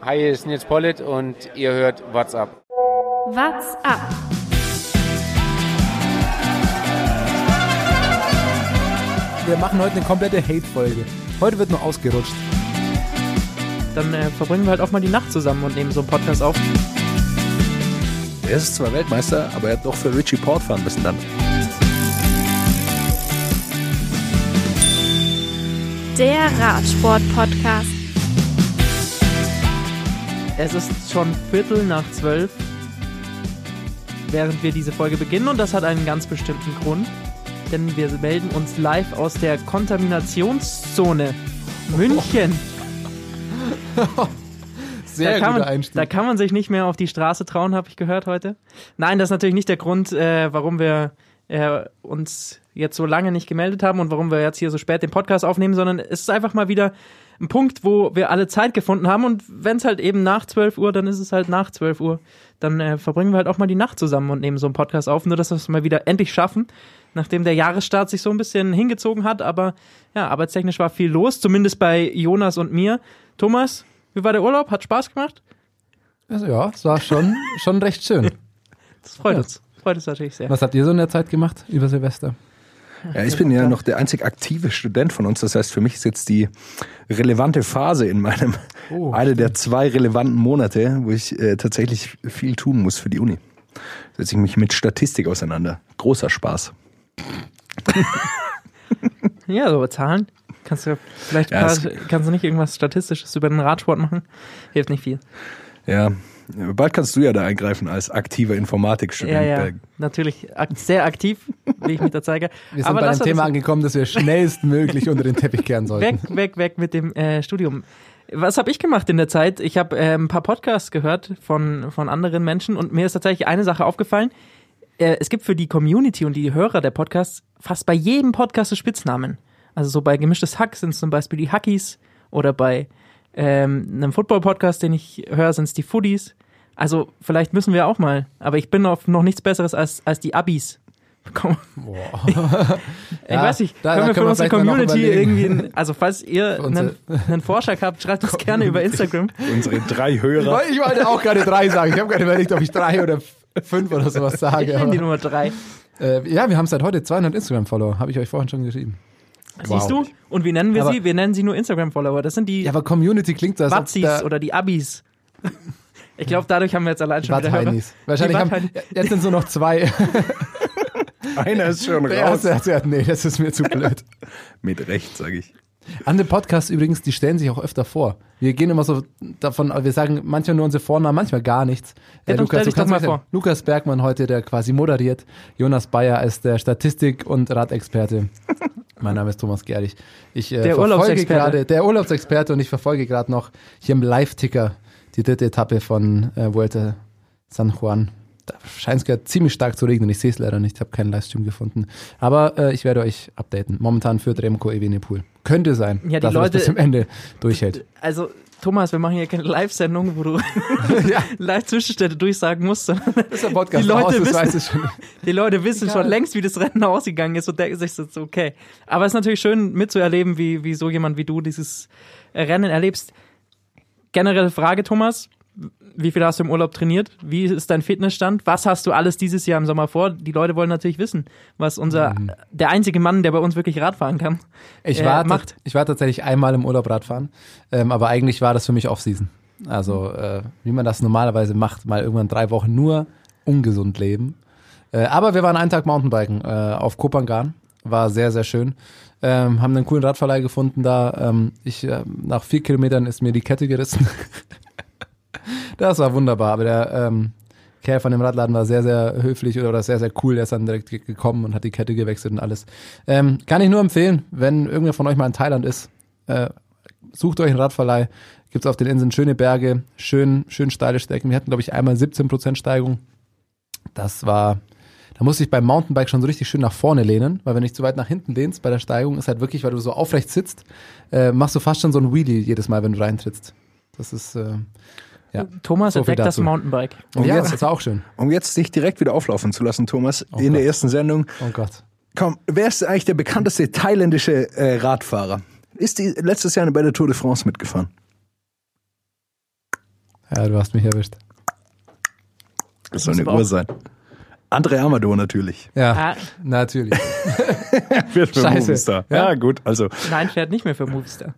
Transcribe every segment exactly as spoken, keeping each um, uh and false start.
Hi, hier ist Nils Pollitt und ihr hört What's Up. What's Up? Wir machen heute eine komplette Hate-Folge. Heute wird nur ausgerutscht. Dann äh, verbringen wir halt auch mal die Nacht zusammen und nehmen so einen Podcast auf. Er ist zwar Weltmeister, aber er hat doch für Richie Port fahren müssen dann. Der Radsport-Podcast. Es ist schon Viertel nach zwölf, während wir diese Folge beginnen, und das hat einen ganz bestimmten Grund, denn wir melden uns live aus der Kontaminationszone München. Sehr da guter man, Einstieg. Da kann man sich nicht mehr auf die Straße trauen, habe ich gehört heute. Nein, das ist natürlich nicht der Grund, äh, warum wir äh, uns jetzt so lange nicht gemeldet haben und warum wir jetzt hier so spät den Podcast aufnehmen, sondern es ist einfach mal wieder ein Punkt, wo wir alle Zeit gefunden haben, und wenn es halt eben nach zwölf Uhr, dann ist es halt nach zwölf Uhr. Dann äh, verbringen wir halt auch mal die Nacht zusammen und nehmen so einen Podcast auf, nur dass wir es mal wieder endlich schaffen, nachdem der Jahresstart sich so ein bisschen hingezogen hat, aber ja, arbeitstechnisch war viel los, zumindest bei Jonas und mir. Thomas, wie war der Urlaub? Hat Spaß gemacht? Also ja, es war schon, schon recht schön. Das freut Ja. uns. Freut uns natürlich sehr. Was habt ihr so in der Zeit gemacht über Silvester? Ja, ich bin ja noch der einzig aktive Student von uns. Das heißt, für mich ist jetzt die relevante Phase in meinem, Oh, eine der zwei relevanten Monate, wo ich äh, tatsächlich viel tun muss für die Uni. Setze ich mich mit Statistik auseinander. Großer Spaß. Ja, so Zahlen. Kannst du vielleicht Ja, paar, es- kannst du nicht irgendwas Statistisches über den Radsport machen? Hilft nicht viel. Ja, bald kannst du ja da eingreifen als aktiver Ja, Informatikstudent. ja, Äh, natürlich ak- sehr aktiv, wie ich mich da zeige. Wir sind Aber bei lass dem uns- Thema angekommen, dass wir schnellstmöglich unter den Teppich kehren sollten. Weg, weg, weg mit dem äh, Studium. Was habe ich gemacht in der Zeit? Ich habe äh, ein paar Podcasts gehört von, von anderen Menschen, und mir ist tatsächlich eine Sache aufgefallen. Äh, es gibt für die Community und die Hörer der Podcasts fast bei jedem Podcast so Spitznamen. Also so bei Gemischtes Hack sind es zum Beispiel die Hackies, oder bei ähm, einem Football-Podcast, den ich höre, sind es die Foodies. Also vielleicht müssen wir auch mal, aber ich bin auf noch nichts Besseres als, als die Abis. Komm. Boah. Ich Ja, weiß nicht, da- können da wir für können wir unsere vielleicht mal noch Community überlegen. irgendwie, ein, also falls ihr Für unsere- einen, einen Vorschlag habt, schreibt es gerne über Instagram. unsere drei Hörer. Ich wollte auch gerade drei sagen. Ich habe gerade überlegt, ob ich drei oder fünf oder sowas Ich sage. bin die Aber, Nummer drei. äh, ja, wir haben seit heute zweihundert Instagram-Follower. Habe ich euch vorhin schon geschrieben. Siehst du? Und wie nennen wir Aber- sie? Wir nennen sie nur Instagram-Follower. Das sind die Ja, aber Community klingt so, als ob Watzis da oder die Abis. Ich glaube, dadurch haben wir jetzt allein schon wieder Hörer. Watteinis. Wahrscheinlich Die haben, Watteinis. jetzt sind es nur noch zwei. Einer ist schon Der raus. erste hat gesagt, nee, das ist mir zu blöd. Mit Recht, sage ich. Andere Podcasts übrigens, die stellen sich auch öfter vor. Wir gehen immer so davon, wir sagen manchmal nur unsere Vornamen, manchmal gar nichts. Ja, dann stell dich doch mal mal vor. Lukas Bergmann heute, der quasi moderiert. Jonas Bayer ist der Statistik- und Radexperte. Mein Name ist Thomas Gerlich. Ich äh, Der verfolge Urlaubsexperte. gerade, der Urlaubsexperte, und ich verfolge gerade noch hier im Live-Ticker die dritte Etappe von äh, Vuelta San Juan. Da scheint es gerade ziemlich stark zu regnen. Ich sehe es leider nicht, habe keinen Livestream gefunden. Aber äh, ich werde euch updaten. Momentan führt Remco Evenepoel. Könnte sein, Ja, die dass er Leute- das bis zum Ende durchhält. Also, Thomas, wir machen hier keine Live-Sendung, wo du Ja. Live-Zwischenstädte durchsagen musst, sondern Das ist der Podcast. Die Leute aus, das wissen- weiß ich schon. die Leute wissen Egal. schon längst, wie das Rennen ausgegangen ist, und denken sich so, okay. Aber es ist natürlich schön mitzuerleben, wie, wie so jemand wie du dieses äh, Rennen erlebst. Generelle Frage, Thomas. Wie viel hast du im Urlaub trainiert? Wie ist dein Fitnessstand? Was hast du alles dieses Jahr im Sommer vor? Die Leute wollen natürlich wissen, was unser, der einzige Mann, der bei uns wirklich Rad fahren kann, Ich äh, war, macht. ich war tatsächlich einmal im Urlaub Radfahren, ähm, aber eigentlich war das für mich Off-Season. Also äh, wie man das normalerweise macht, mal irgendwann drei Wochen nur ungesund leben. Äh, aber wir waren einen Tag Mountainbiken äh, auf Kopangan, war sehr, sehr schön. Ähm, haben einen coolen Radverleih gefunden da. Ähm, ich, äh, nach vier Kilometern ist mir die Kette gerissen. Das war wunderbar, aber der ähm, Kerl von dem Radladen war sehr, sehr höflich oder sehr, sehr cool. Der ist dann direkt gekommen und hat die Kette gewechselt und alles. Ähm, kann ich nur empfehlen, wenn irgendwer von euch mal in Thailand ist, äh, sucht euch einen Radverleih. Gibt's auf den Inseln schöne Berge, schön, schön steile Strecken. Wir hatten, glaube ich, einmal siebzehn Prozent Steigung. Das war, da musste ich beim Mountainbike schon so richtig schön nach vorne lehnen, weil wenn du nicht zu weit nach hinten lehnst bei der Steigung, ist halt wirklich, weil du so aufrecht sitzt, äh, machst du fast schon so ein Wheelie jedes Mal, wenn du reintrittst. Das ist, äh, ja. Thomas So viel entdeckt das dazu. Mountainbike. Und ja, jetzt- das war auch schön. Um jetzt dich direkt wieder auflaufen zu lassen, Thomas, Oh in der Gott. ersten Sendung. Oh Gott. Komm, wer ist eigentlich der bekannteste thailändische äh, Radfahrer? Ist die letztes Jahr bei der Tour de France mitgefahren? Ja, du hast mich erwischt. Das soll eine Uhr sein. André Amador natürlich. Ja, Ah. natürlich. Fährt für Scheiße. Movistar. Ja, Ja. gut, also. Nein, fährt nicht mehr für Movistar.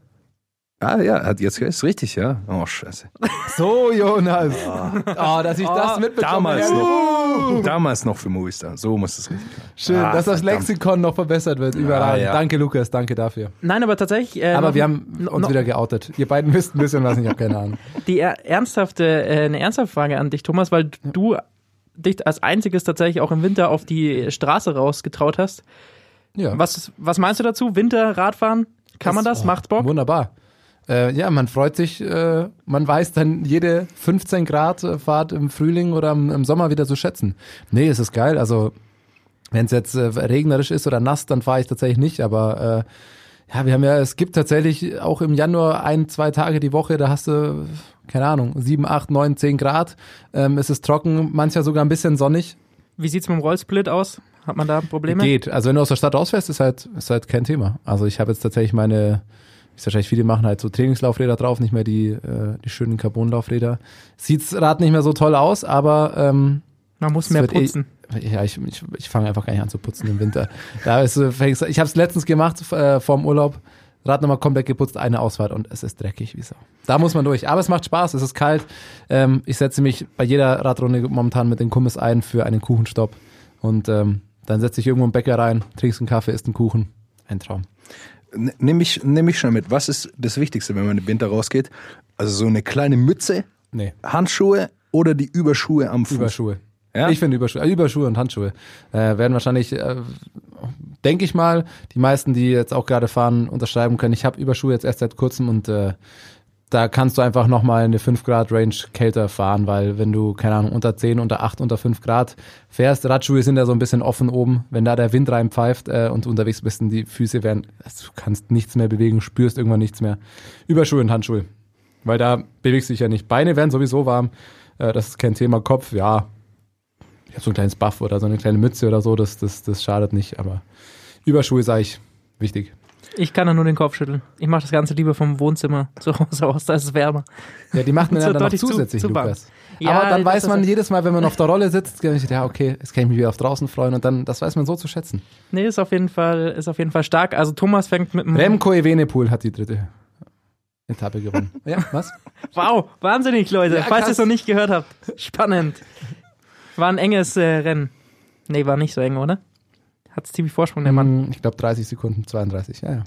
Ah ja, hat jetzt ist richtig, ja. Oh, scheiße. So, Jonas. Oh, dass ich das mitbekomme. Damals Ja. noch. Damals noch für Movistar. So muss es richtig sein. Schön, Ah, dass das verdammt. Lexikon noch verbessert wird. Überall. Ah, ja. Danke, Lukas. Danke dafür. Nein, aber tatsächlich. Äh, Aber noch, wir haben noch, uns wieder geoutet. Ihr beiden wisst ein bisschen was, ich habe keine Ahnung. die er- ernsthafte, äh, eine ernsthafte Frage an dich, Thomas, weil du dich als einziges tatsächlich auch im Winter auf die Straße rausgetraut hast. Ja. Was, was meinst du dazu? Winter, Radfahren? Kann man das? oh, Macht's Bock? Wunderbar. Äh, ja, man freut sich, äh, man weiß dann jede fünfzehn Grad Fahrt im Frühling oder im, im Sommer wieder zu schätzen. Nee, es ist geil. Also wenn es jetzt äh, regnerisch ist oder nass, dann fahre ich tatsächlich nicht. Aber äh, ja, wir haben ja, es gibt tatsächlich auch im Januar ein, zwei Tage die Woche, da hast du, keine Ahnung, sieben, acht, neun, zehn Grad. Ähm, es ist trocken, manchmal sogar ein bisschen sonnig. Wie sieht's mit dem Rollsplit aus? Hat man da Probleme? Geht. Also wenn du aus der Stadt rausfährst, ist halt, ist halt kein Thema. Also ich habe jetzt tatsächlich meine, wie es wahrscheinlich viele machen, halt so Trainingslaufräder drauf, nicht mehr die, äh, die schönen Carbonlaufräder. Sieht's Rad nicht mehr so toll aus, aber ähm, Man muss es mehr wird eh- putzen. Ja, ich, ich, ich fange einfach gar nicht an zu putzen im Winter. Da ist, äh, fängst- ich habe es letztens gemacht äh, vorm Urlaub. Rad nochmal komplett geputzt, eine Ausfahrt und es ist dreckig wie Sau. Da muss man durch. Aber es macht Spaß, es ist kalt. Ähm, ich setze mich bei jeder Radrunde momentan mit den Kumpels ein für einen Kuchenstopp. Und ähm, dann setze ich irgendwo einen Bäcker rein, trinkst einen Kaffee, isst einen Kuchen. Ein Traum. N- Nimm ich, nimm ich schon mit. Was ist das Wichtigste, wenn man im Winter rausgeht? Also so eine kleine Mütze, Nee, Handschuhe oder die Überschuhe am Fuß? Überschuhe. Ja? Ich finde Überschuhe, äh, Überschuhe und Handschuhe äh, werden wahrscheinlich, äh, denke ich mal, die meisten, die jetzt auch gerade fahren, unterschreiben können. Ich habe Überschuhe jetzt erst seit kurzem und äh, da kannst du einfach nochmal eine fünf Grad Range kälter fahren, weil wenn du, keine Ahnung, unter zehn, unter acht, unter fünf Grad fährst, Radschuhe sind ja so ein bisschen offen oben, wenn da der Wind reinpfeift äh, und du unterwegs bist und die Füße werden, also du kannst nichts mehr bewegen, spürst irgendwann nichts mehr. Überschuhe und Handschuhe, weil da bewegst du dich ja nicht. Beine werden sowieso warm, äh, das ist kein Thema. Kopf, ja, ich habe so ein kleines Buff oder so eine kleine Mütze oder so, das, das, das schadet nicht, aber Überschuhe sage ich, wichtig. Ich kann da nur den Kopf schütteln. Ich mache das Ganze lieber vom Wohnzimmer zu Hause aus, da ist es wärmer. Ja, die macht man So ja dann noch deutlich zu- zusätzlich, zu warm. Lukas. Ja, aber dann das weiß ist man ja- jedes Mal, wenn man auf der Rolle sitzt, ja, okay, jetzt kann ich mich wieder auf draußen freuen und dann, das weiß man so zu schätzen. Nee, ist auf jeden Fall, ist auf jeden Fall stark. Also Thomas fängt mit dem Remco Evenepoel hat die dritte Etappe gewonnen. Ja, was? Wow, wahnsinnig, Leute. Ja, Falls ihr krass. es noch nicht gehört habt. Spannend. War ein enges äh, Rennen. Nee, war nicht so eng, oder? Hat ziemlich Vorsprung, der Mann. Hm, Ich glaube dreißig Sekunden, zweiunddreißig, ja, ja.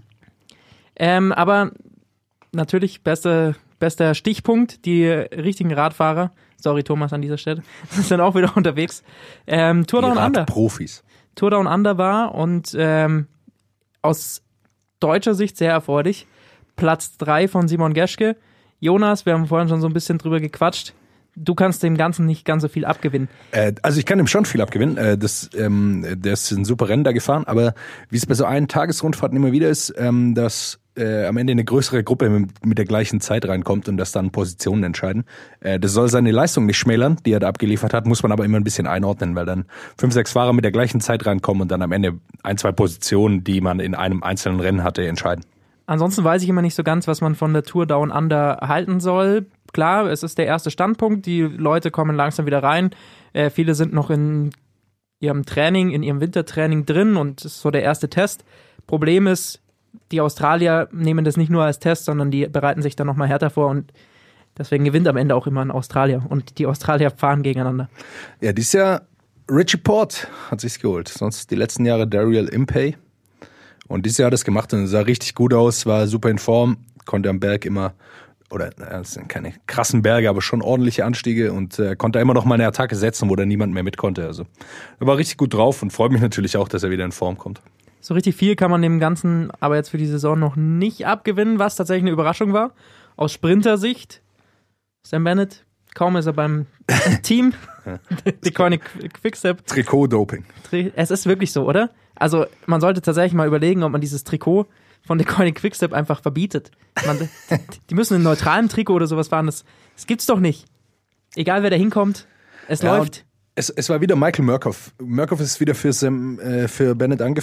Ähm, aber natürlich beste, bester Stichpunkt, die richtigen Radfahrer, sorry Thomas an dieser Stelle, sind auch wieder unterwegs. Ähm, Tour Die Down Under. Radprofis. Tour Down Under war und ähm, aus deutscher Sicht sehr erfreulich. Platz drei von Simon Geschke. Jonas, wir haben vorhin schon so ein bisschen drüber gequatscht. Du kannst dem Ganzen nicht ganz so viel abgewinnen. Äh, also ich kann ihm schon viel abgewinnen. Äh, das, ähm, der ist ein super Rennen da gefahren, aber wie es bei so einen Tagesrundfahrten immer wieder ist, ähm, dass äh, am Ende eine größere Gruppe mit, mit der gleichen Zeit reinkommt und das dann Positionen entscheiden. Äh, das soll seine Leistung nicht schmälern, die er da abgeliefert hat, muss man aber immer ein bisschen einordnen, weil dann fünf, sechs Fahrer mit der gleichen Zeit reinkommen und dann am Ende ein, zwei Positionen, die man in einem einzelnen Rennen hatte, entscheiden. Ansonsten weiß ich immer nicht so ganz, was man von der Tour Down Under halten soll. Klar, es ist der erste Standpunkt, die Leute kommen langsam wieder rein. Äh, viele sind noch in ihrem Training, in ihrem Wintertraining drin und das ist so der erste Test. Problem ist, die Australier nehmen das nicht nur als Test, sondern die bereiten sich dann nochmal härter vor und deswegen gewinnt am Ende auch immer ein Australier und die Australier fahren gegeneinander. Ja, dieses Jahr Richie Port hat sich's geholt. Sonst die letzten Jahre Daryl Impey. Und dieses Jahr hat es gemacht und sah richtig gut aus, war super in Form, konnte am Berg immer, oder naja, es sind keine krassen Berge, aber schon ordentliche Anstiege und äh, konnte immer noch mal eine Attacke setzen, wo dann niemand mehr mit konnte. Also er war richtig gut drauf und freut mich natürlich auch, dass er wieder in Form kommt. So richtig viel kann man dem Ganzen aber jetzt für die Saison noch nicht abgewinnen, was tatsächlich eine Überraschung war. Aus Sprintersicht, Sam Bennett, kaum ist er beim Team, die Koenig Quickstep. Trikot-Doping. Es ist wirklich so, oder? Also man sollte tatsächlich mal überlegen, ob man dieses Trikot von der Koenig Quickstep einfach verbietet. Man, die müssen in neutralem Trikot oder sowas fahren, das, das gibt's doch nicht. Egal wer da hinkommt, es Ja, läuft. Es, es war wieder Michael Murkoff. Murkoff ist wieder für, Sam, äh, für Bennett angefahren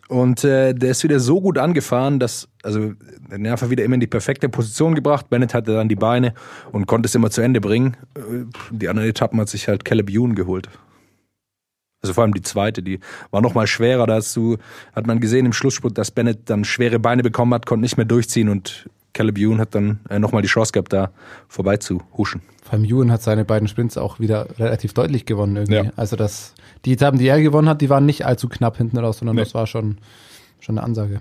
Und äh, der ist wieder so gut angefahren, dass, also den einfach wieder immer in die perfekte Position gebracht. Bennett hatte dann die Beine und konnte es immer zu Ende bringen. Die anderen Etappen hat sich halt Caleb Ewan geholt. Also vor allem die zweite, die war noch mal schwerer. Da hast du, hat man gesehen im Schlussspurt, dass Bennett dann schwere Beine bekommen hat, konnte nicht mehr durchziehen und Caleb Ewan hat dann äh, noch mal die Chance gehabt, da vorbei zu huschen. Vor allem Ewan hat seine beiden Sprints auch wieder relativ deutlich gewonnen irgendwie. Ja. Also das, die Etappen, die er gewonnen hat, die waren nicht allzu knapp hinten raus, sondern nee. das war schon, schon eine Ansage.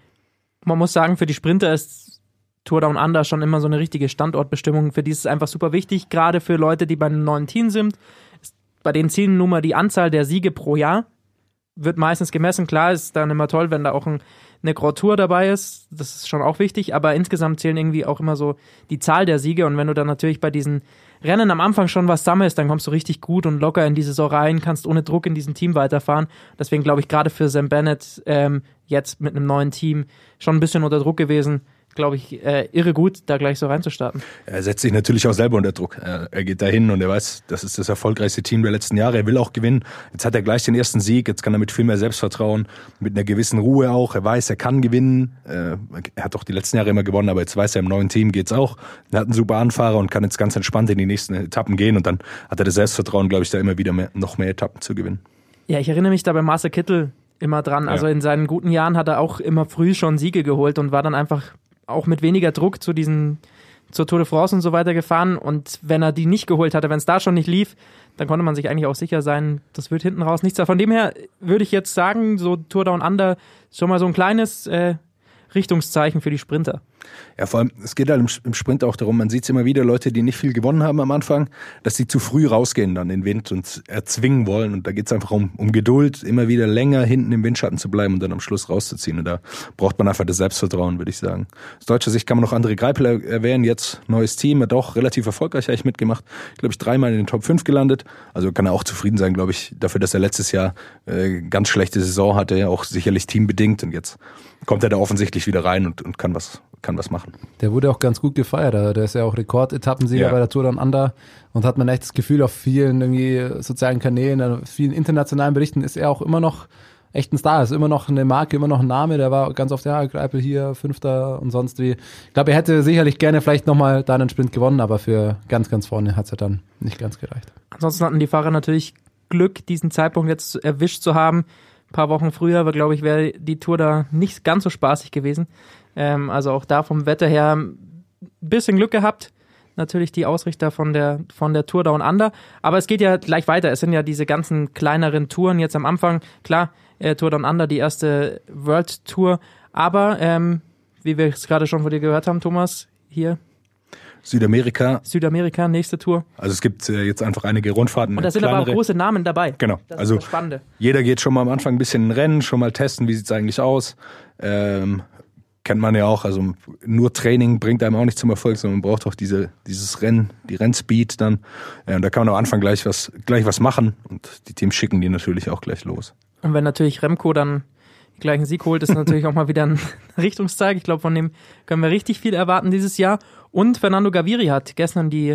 Man muss sagen, für die Sprinter ist Tour Down Under schon immer so eine richtige Standortbestimmung. Für die ist es einfach super wichtig, gerade für Leute, die bei einem neuen Team sind. Bei den Zielen nur mal die Anzahl der Siege pro Jahr wird meistens gemessen. Klar ist dann immer toll, wenn da auch ein, eine Grand Tour dabei ist. Das ist schon auch wichtig, aber insgesamt zählen irgendwie auch immer so die Zahl der Siege. Und wenn du dann natürlich bei diesen Rennen am Anfang schon was sammelst, dann kommst du richtig gut und locker in die Saison rein, kannst ohne Druck in diesem Team weiterfahren. Deswegen glaube ich, gerade für Sam Bennett ähm, jetzt mit einem neuen Team schon ein bisschen unter Druck gewesen. Glaube ich, äh, irre gut, da gleich so reinzustarten. Er setzt sich natürlich auch selber unter Druck. Er, er geht dahin und er weiß, das ist das erfolgreichste Team der letzten Jahre. Er will auch gewinnen. Jetzt hat er gleich den ersten Sieg. Jetzt kann er mit viel mehr Selbstvertrauen, mit einer gewissen Ruhe auch. Er weiß, er kann gewinnen. Äh, er hat auch die letzten Jahre immer gewonnen, aber jetzt weiß er, im neuen Team geht's auch. Er hat einen super Anfahrer und kann jetzt ganz entspannt in die nächsten Etappen gehen und dann hat er das Selbstvertrauen, glaube ich, da immer wieder mehr, noch mehr Etappen zu gewinnen. Ja, ich erinnere mich da bei Marcel Kittel immer dran. Also ja. In seinen guten Jahren hat er auch immer früh schon Siege geholt und war dann einfach auch mit weniger Druck zu diesen, zur Tour de France und so weiter gefahren. Und wenn er die nicht geholt hatte, wenn es da schon nicht lief, dann konnte man sich eigentlich auch sicher sein, das wird hinten raus nichts. Von dem her würde ich jetzt sagen, so Tour Down Under schon mal so ein kleines äh, Richtungszeichen für die Sprinter. Ja, vor allem, es geht halt im, im Sprint auch darum, man sieht es immer wieder, Leute, die nicht viel gewonnen haben am Anfang, dass sie zu früh rausgehen dann in den Wind und erzwingen wollen. Und da geht es einfach um, um Geduld, immer wieder länger hinten im Windschatten zu bleiben und dann am Schluss rauszuziehen. Und da braucht man einfach das Selbstvertrauen, würde ich sagen. Aus deutscher Sicht kann man noch André Greipel erwähnen, jetzt neues Team, hat auch relativ erfolgreich eigentlich mitgemacht. Glaube ich, dreimal in den Top fünf gelandet. Also kann er auch zufrieden sein, glaube ich, dafür, dass er letztes Jahr äh, ganz schlechte Saison hatte, auch sicherlich teambedingt. Und jetzt kommt er da offensichtlich wieder rein und, und kann was kann was machen. Der wurde auch ganz gut gefeiert. Der ist ja auch Rekordetappensieger ja. bei der Tour Down Under und hat man echt das Gefühl, auf vielen irgendwie sozialen Kanälen, auf vielen internationalen Berichten ist er auch immer noch echt ein Star. Ist immer noch eine Marke, immer noch ein Name. Der war ganz oft, ja, Greipel hier, Fünfter und sonst wie. Ich glaube, er hätte sicherlich gerne vielleicht nochmal da einen Sprint gewonnen, aber für ganz, ganz vorne hat es ja dann nicht ganz gereicht. Ansonsten hatten die Fahrer natürlich Glück, diesen Zeitpunkt jetzt erwischt zu haben. Ein paar Wochen früher, aber glaube ich, wäre die Tour da nicht ganz so spaßig gewesen. Ähm, also auch da vom Wetter her ein bisschen Glück gehabt. Natürlich die Ausrichter von der, von der Tour Down Under. Aber es geht ja gleich weiter. Es sind ja diese ganzen kleineren Touren jetzt am Anfang. Klar, äh, Tour Down Under, die erste World Tour. Aber, ähm, wie wir es gerade schon von dir gehört haben, Thomas, hier Südamerika. Südamerika, nächste Tour. Also es gibt äh, jetzt einfach einige Rundfahrten. Und da sind aber auch große Namen dabei. Genau. Das also ist das Spannende. Jeder geht schon mal am Anfang ein bisschen in Rennen, schon mal testen, wie sieht's eigentlich aus. Ähm, kennt man ja auch, also nur Training bringt einem auch nicht zum Erfolg, sondern man braucht auch diese, dieses Rennen, die Rennspeed dann. Ja, und da kann man am Anfang gleich was, gleich was machen und die Teams schicken die natürlich auch gleich los. Und wenn natürlich Remco dann gleich einen Sieg holt, ist natürlich auch mal wieder ein Richtungszeichen. Ich glaube, von dem können wir richtig viel erwarten dieses Jahr. Und Fernando Gaviria hat gestern die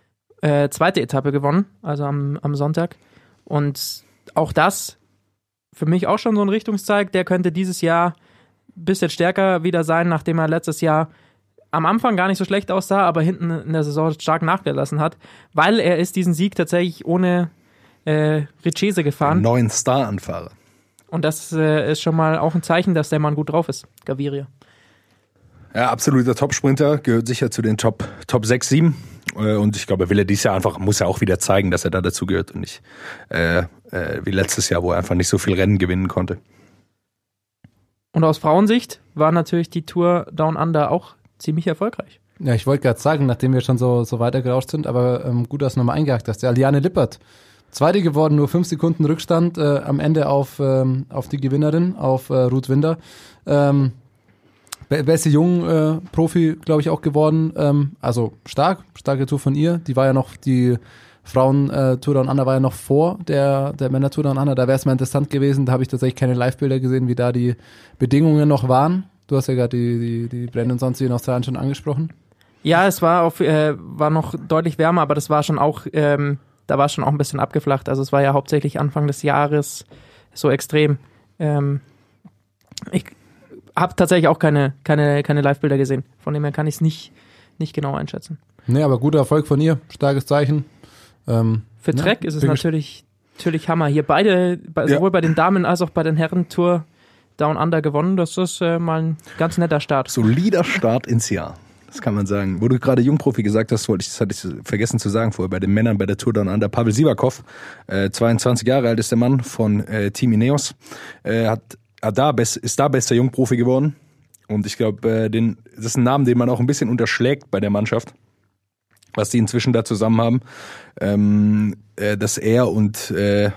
äh, zweite Etappe gewonnen, also am, am Sonntag. Und auch das für mich auch schon so ein Richtungszeichen. Der könnte dieses Jahr ein bisschen stärker wieder sein, nachdem er letztes Jahr am Anfang gar nicht so schlecht aussah, aber hinten in der Saison stark nachgelassen hat, weil er ist diesen Sieg tatsächlich ohne äh, Richese gefahren. Einen neuen Star-Anfahrer. Und das äh, ist schon mal auch ein Zeichen, dass der Mann gut drauf ist, Gaviria. Ja, absoluter Top-Sprinter, gehört sicher zu den Top, Top sechs, sieben. Und ich glaube, will er dieses Jahr einfach, muss er auch wieder zeigen, dass er da dazu gehört und nicht äh, äh, wie letztes Jahr, wo er einfach nicht so viel Rennen gewinnen konnte. Und aus Frauensicht war natürlich die Tour Down Under auch ziemlich erfolgreich. Ja, ich wollte gerade sagen, nachdem wir schon so, so weitergerauscht sind, aber ähm, gut, dass du nochmal eingehakt hast. Ja, Liane Lippert, Zweite geworden, nur fünf Sekunden Rückstand äh, am Ende auf, ähm, auf die Gewinnerin, auf äh, Ruth Winder. Ähm, be- beste Jungen-Profi, äh, glaube ich, auch geworden. Ähm, also stark, starke Tour von ihr. Die war ja noch, die Frauen-Tour Down Under war ja noch vor der, der Männer-Tour Down Under. Da wäre es mal interessant gewesen. Da habe ich tatsächlich keine Live-Bilder gesehen, wie da die Bedingungen noch waren. Du hast ja gerade die, die, die Brandon Sonsi in Australien schon angesprochen. Ja, es war, auf, äh, war noch deutlich wärmer, aber das war schon auch... Ähm Da war es schon auch ein bisschen abgeflacht. Also es war ja hauptsächlich Anfang des Jahres so extrem. Ähm, Ich habe tatsächlich auch keine, keine, keine Live-Bilder gesehen. Von dem her kann ich es nicht, nicht genau einschätzen. Nee, aber guter Erfolg von ihr. Starkes Zeichen. Ähm, Für ja, Trek ist es bin natürlich, natürlich Hammer. Hier beide, bei, Ja. sowohl bei den Damen als auch bei den Herren Tour Down Under gewonnen. Das ist äh, mal ein ganz netter Start. Solider Start ins Jahr. Das kann man sagen. Wo du gerade Jungprofi gesagt hast, wollte ich, das hatte ich vergessen zu sagen vorher, bei den Männern bei der Tour Down Under. Pavel Sivakov, äh, zweiundzwanzig Jahre alt ist der Mann von äh, Team Ineos, äh, hat, hat da best, ist da bester Jungprofi geworden. Und ich glaube, äh, den, das ist ein Name, den man auch ein bisschen unterschlägt bei der Mannschaft, was die inzwischen da zusammen haben. Ähm, äh, dass er und äh,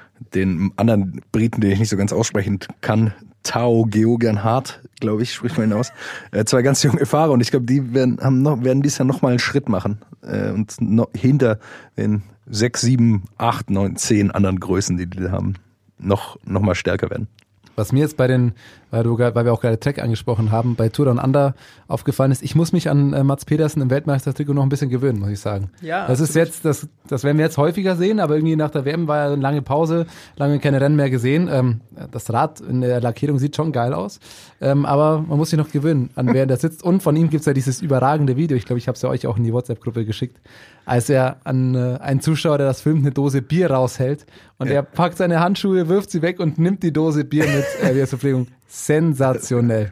den anderen Briten, den ich nicht so ganz aussprechen kann, Tao Geoghegan Hart, glaube ich, spricht man ihn aus. Äh, zwei ganz junge Fahrer und ich glaube, die werden, haben noch, werden dieses Jahr nochmal einen Schritt machen. Äh, und noch hinter den sechs, sieben, acht, neun, zehn anderen Größen, die die da haben, noch, noch mal stärker werden. Was mir jetzt bei den, weil, du, weil wir auch gerade Trek angesprochen haben, bei Tour Down Under aufgefallen ist, ich muss mich an äh, Mats Pedersen im Weltmeistertrikot noch ein bisschen gewöhnen, muss ich sagen. Ja, das ist jetzt, das, das werden wir jetzt häufiger sehen, aber irgendwie nach der W M war ja eine lange Pause, lange keine Rennen mehr gesehen. Ähm, das Rad in der Lackierung sieht schon geil aus, ähm, aber man muss sich noch gewöhnen, an wer da sitzt. Und von ihm gibt's ja dieses überragende Video, ich glaube, ich habe es ja euch auch in die WhatsApp-Gruppe geschickt, als er an äh, einen Zuschauer, der das filmt, eine Dose Bier raushält und Ja. er packt seine Handschuhe, wirft sie weg und nimmt die Dose Bier mit äh, wieder zur Verpflegung. Sensationell.